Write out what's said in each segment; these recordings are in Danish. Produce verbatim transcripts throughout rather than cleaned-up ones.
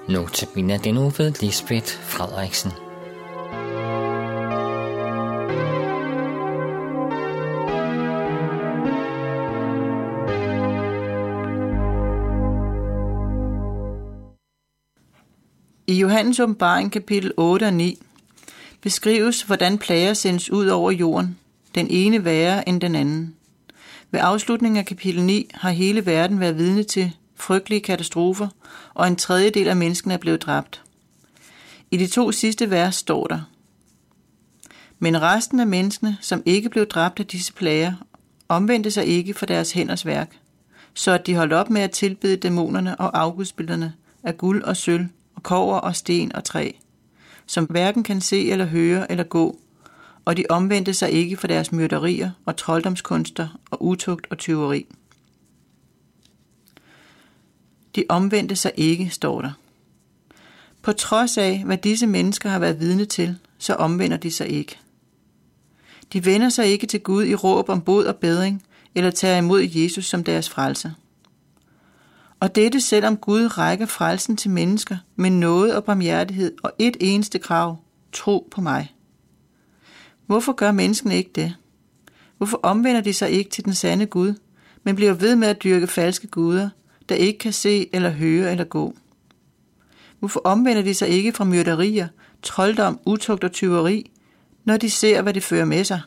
Notabene den uge ved Lisbeth Frederiksen. I Johannes åbenbaring kapitel otte og ni beskrives, hvordan plager sendes ud over jorden, den ene værre end den anden. Ved afslutningen af kapitel ni har hele verden været vidne til frygtelige katastrofer, og en tredjedel af menneskene er blevet dræbt. I de to sidste vers står der: Men resten af menneskene, som ikke blev dræbt af disse plager, omvendte sig ikke for deres hænders værk, så at de holdt op med at tilbede dæmonerne og afgudsbillederne af guld og sølv og kobber og sten og træ, som hverken kan se eller høre eller gå, og de omvendte sig ikke for deres myrderier og trolddomskunster og utugt og tyveri. De omvendte sig ikke, står der. På trods af, hvad disse mennesker har været vidne til, så omvender de sig ikke. De vender sig ikke til Gud i råb om bod og bedring, eller tager imod Jesus som deres frelser. Og dette selvom Gud rækker frelsen til mennesker med nåde og barmhjertighed og et eneste krav: tro på mig. Hvorfor gør menneskene ikke det? Hvorfor omvender de sig ikke til den sande Gud, men bliver ved med at dyrke falske guder, der ikke kan se eller høre eller gå? Hvorfor omvender de sig ikke fra myrderier, trolddom, utugt og tyveri, når de ser, hvad det fører med sig?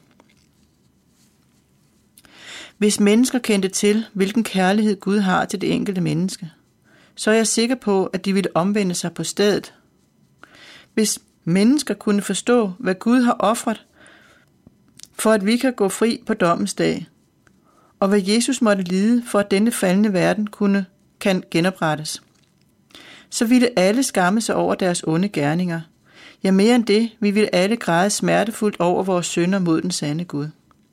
Hvis mennesker kendte til, hvilken kærlighed Gud har til det enkelte menneske, så er jeg sikker på, at de ville omvende sig på stedet. Hvis mennesker kunne forstå, hvad Gud har ofret, for at vi kan gå fri på dommens dag, og hvad Jesus måtte lide, for at denne faldende verden kunne kan genoprettes, så ville alle skamme sig over deres onde gerninger. Ja, mere end det, vi ville alle græde smertefuldt over vores synder mod den sande Gud.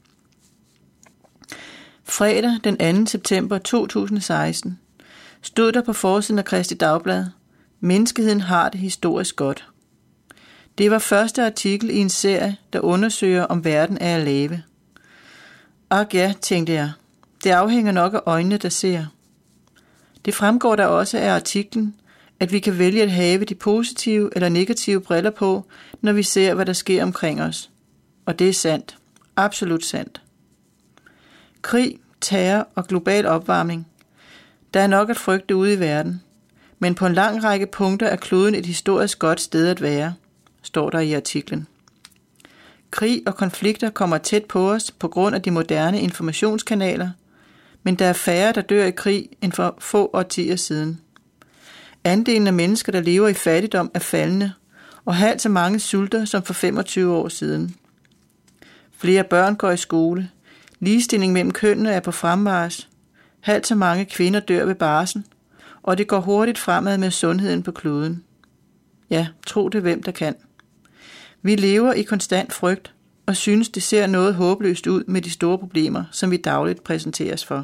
Fredag den anden september to tusind og seksten stod der på forsiden af Kristi Dagblad: Menneskeheden har det historisk godt. Det var første artikel i en serie, der undersøger, om verden er at lave. Ak ja, tænkte jeg, det afhænger nok af øjnene, der ser. Det fremgår der også af artiklen, at vi kan vælge at have de positive eller negative briller på, når vi ser, hvad der sker omkring os. Og det er sandt. Absolut sandt. Krig, terror og global opvarmning. Der er nok at frygte ude i verden. Men på en lang række punkter er kloden et historisk godt sted at være, står der i artiklen. Krig og konflikter kommer tæt på os på grund af de moderne informationskanaler, men der er færre, der dør i krig end for få årtier siden. Andelen af mennesker, der lever i fattigdom, er faldende, og halvt så mange sulter som for femogtyve år siden. Flere børn går i skole. Ligestilling mellem kønnene er på fremmarch. Halvt så mange kvinder dør ved barsel, og det går hurtigt fremad med sundheden på kloden. Ja, tro det hvem der kan. Vi lever i konstant frygt og synes, det ser noget håbløst ud med de store problemer, som vi dagligt præsenteres for.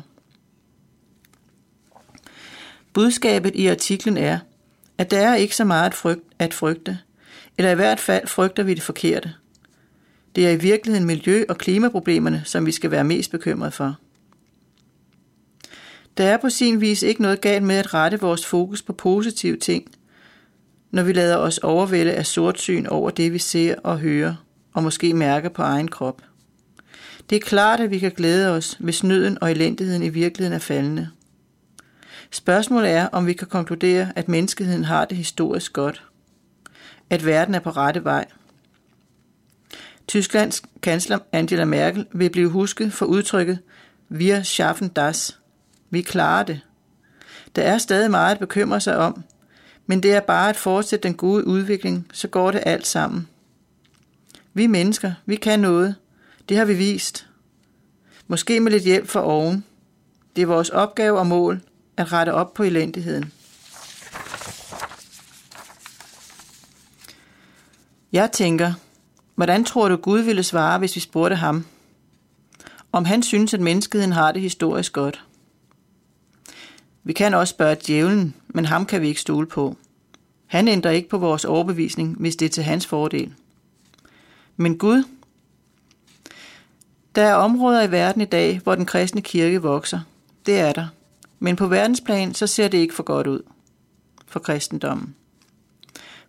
Budskabet i artiklen er, at der er ikke så meget at, frygt, at frygte, eller i hvert fald frygter vi det forkerte. Det er i virkeligheden miljø- og klimaproblemerne, som vi skal være mest bekymret for. Der er på sin vis ikke noget galt med at rette vores fokus på positive ting, når vi lader os overvælde af sortsyn over det, vi ser og hører, og måske mærker på egen krop. Det er klart, at vi kan glæde os, hvis nøden og elendigheden i virkeligheden er faldende. Spørgsmålet er, om vi kan konkludere, at menneskeheden har det historisk godt. At verden er på rette vej. Tysklands kansler Angela Merkel vil blive husket for udtrykket "Wir schaffen das". Vi klarer det. Der er stadig meget at bekymre sig om, men det er bare at fortsætte den gode udvikling, så går det alt sammen. Vi mennesker, vi kan noget. Det har vi vist. Måske med lidt hjælp fra oven. Det er vores opgave og mål at rette op på elendigheden. Jeg tænker, hvordan tror du Gud ville svare, hvis vi spurgte ham, om han synes, at menneskeheden har det historisk godt? Vi kan også spørge djævlen, men ham kan vi ikke stole på. Han ændrer ikke på vores overbevisning, hvis det er til hans fordel. Men Gud? Der er områder i verden i dag, hvor den kristne kirke vokser. Det er der. Men på verdensplan, så ser det ikke for godt ud for kristendommen.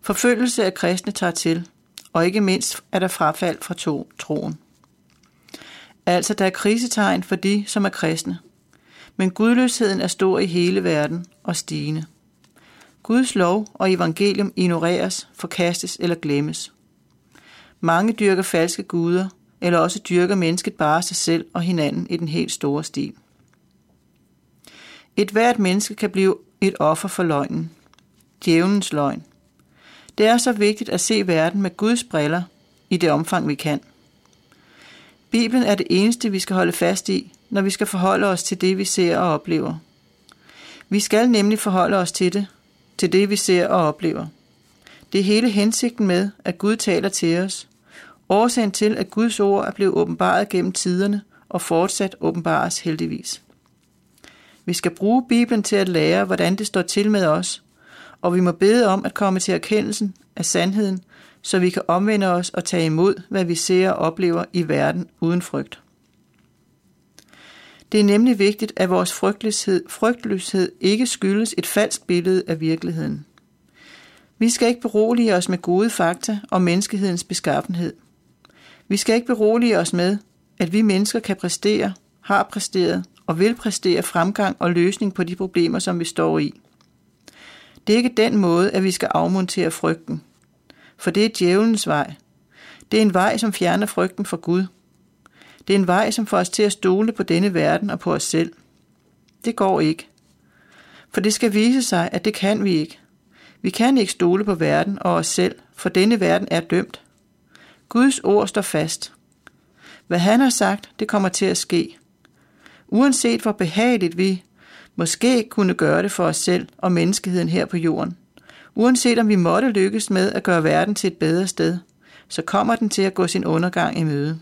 Forfølgelse af kristne tager til, og ikke mindst er der frafald fra to, troen. Altså, der er krisetegn for de, som er kristne. Men gudløsheden er stor i hele verden og stigende. Guds lov og evangelium ignoreres, forkastes eller glemmes. Mange dyrker falske guder, eller også dyrker mennesket bare sig selv og hinanden i den helt store stil. Et hvert menneske kan blive et offer for løgnen. Djævelens løgn. Det er så vigtigt at se verden med Guds briller i det omfang, vi kan. Bibelen er det eneste, vi skal holde fast i, når vi skal forholde os til det, vi ser og oplever. Vi skal nemlig forholde os til det, til det, vi ser og oplever. Det er hele hensigten med, at Gud taler til os. Årsagen til, at Guds ord er blevet åbenbaret gennem tiderne og fortsat åbenbares heldigvis. Vi skal bruge Bibelen til at lære, hvordan det står til med os, og vi må bede om at komme til erkendelsen af sandheden, så vi kan omvende os og tage imod, hvad vi ser og oplever i verden uden frygt. Det er nemlig vigtigt, at vores frygtløshed, frygtløshed ikke skyldes et falsk billede af virkeligheden. Vi skal ikke berolige os med gode fakta om menneskehedens beskaffenhed. Vi skal ikke berolige os med, at vi mennesker kan præstere, har præsteret og vil præstere fremgang og løsning på de problemer, som vi står i. Det er ikke den måde, at vi skal afmontere frygten, for det er djævelens vej. Det er en vej, som fjerner frygten fra Gud. Det er en vej, som får os til at stole på denne verden og på os selv. Det går ikke. For det skal vise sig, at det kan vi ikke. Vi kan ikke stole på verden og os selv, for denne verden er dømt. Guds ord står fast. Hvad han har sagt, det kommer til at ske. Uanset hvor behageligt vi måske kunne gøre det for os selv og menneskeheden her på jorden. Uanset om vi måtte lykkes med at gøre verden til et bedre sted, så kommer den til at gå sin undergang i møde.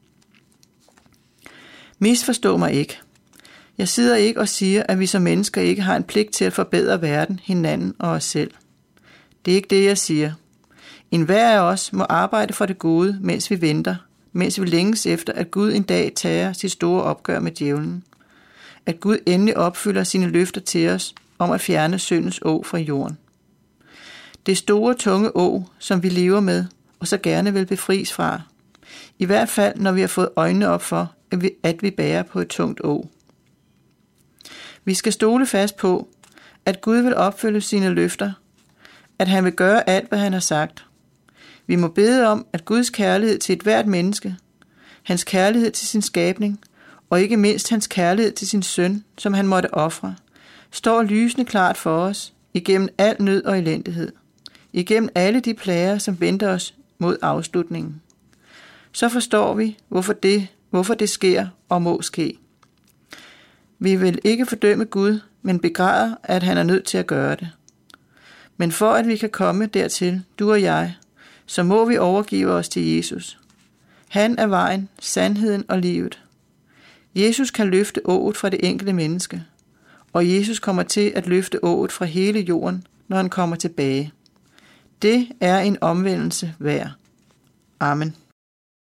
Misforstå mig ikke. Jeg sidder ikke og siger, at vi som mennesker ikke har en pligt til at forbedre verden, hinanden og os selv. Det er ikke det, jeg siger. En hver af os må arbejde for det gode, mens vi venter, mens vi længes efter, at Gud en dag tager sit store opgør med djævlen. At Gud endelig opfylder sine løfter til os om at fjerne syndens åg fra jorden. Det store, tunge åg, som vi lever med, og så gerne vil befries fra. I hvert fald, når vi har fået øjnene op for, at vi, at vi bærer på et tungt åg. Vi skal stole fast på, at Gud vil opfylde sine løfter, at han vil gøre alt, hvad han har sagt. Vi må bede om, at Guds kærlighed til et hvert menneske, hans kærlighed til sin skabning, og ikke mindst hans kærlighed til sin søn, som han måtte ofre, står lysende klart for os igennem al nød og elendighed, igennem alle de plager, som venter os mod afslutningen. Så forstår vi, hvorfor det, hvorfor det sker og må ske. Vi vil ikke fordømme Gud, men begræder, at han er nødt til at gøre det. Men for at vi kan komme dertil, du og jeg, så må vi overgive os til Jesus. Han er vejen, sandheden og livet. Jesus kan løfte åget fra det enkelte menneske, og Jesus kommer til at løfte åget fra hele jorden, når han kommer tilbage. Det er en omvendelse værd. Amen.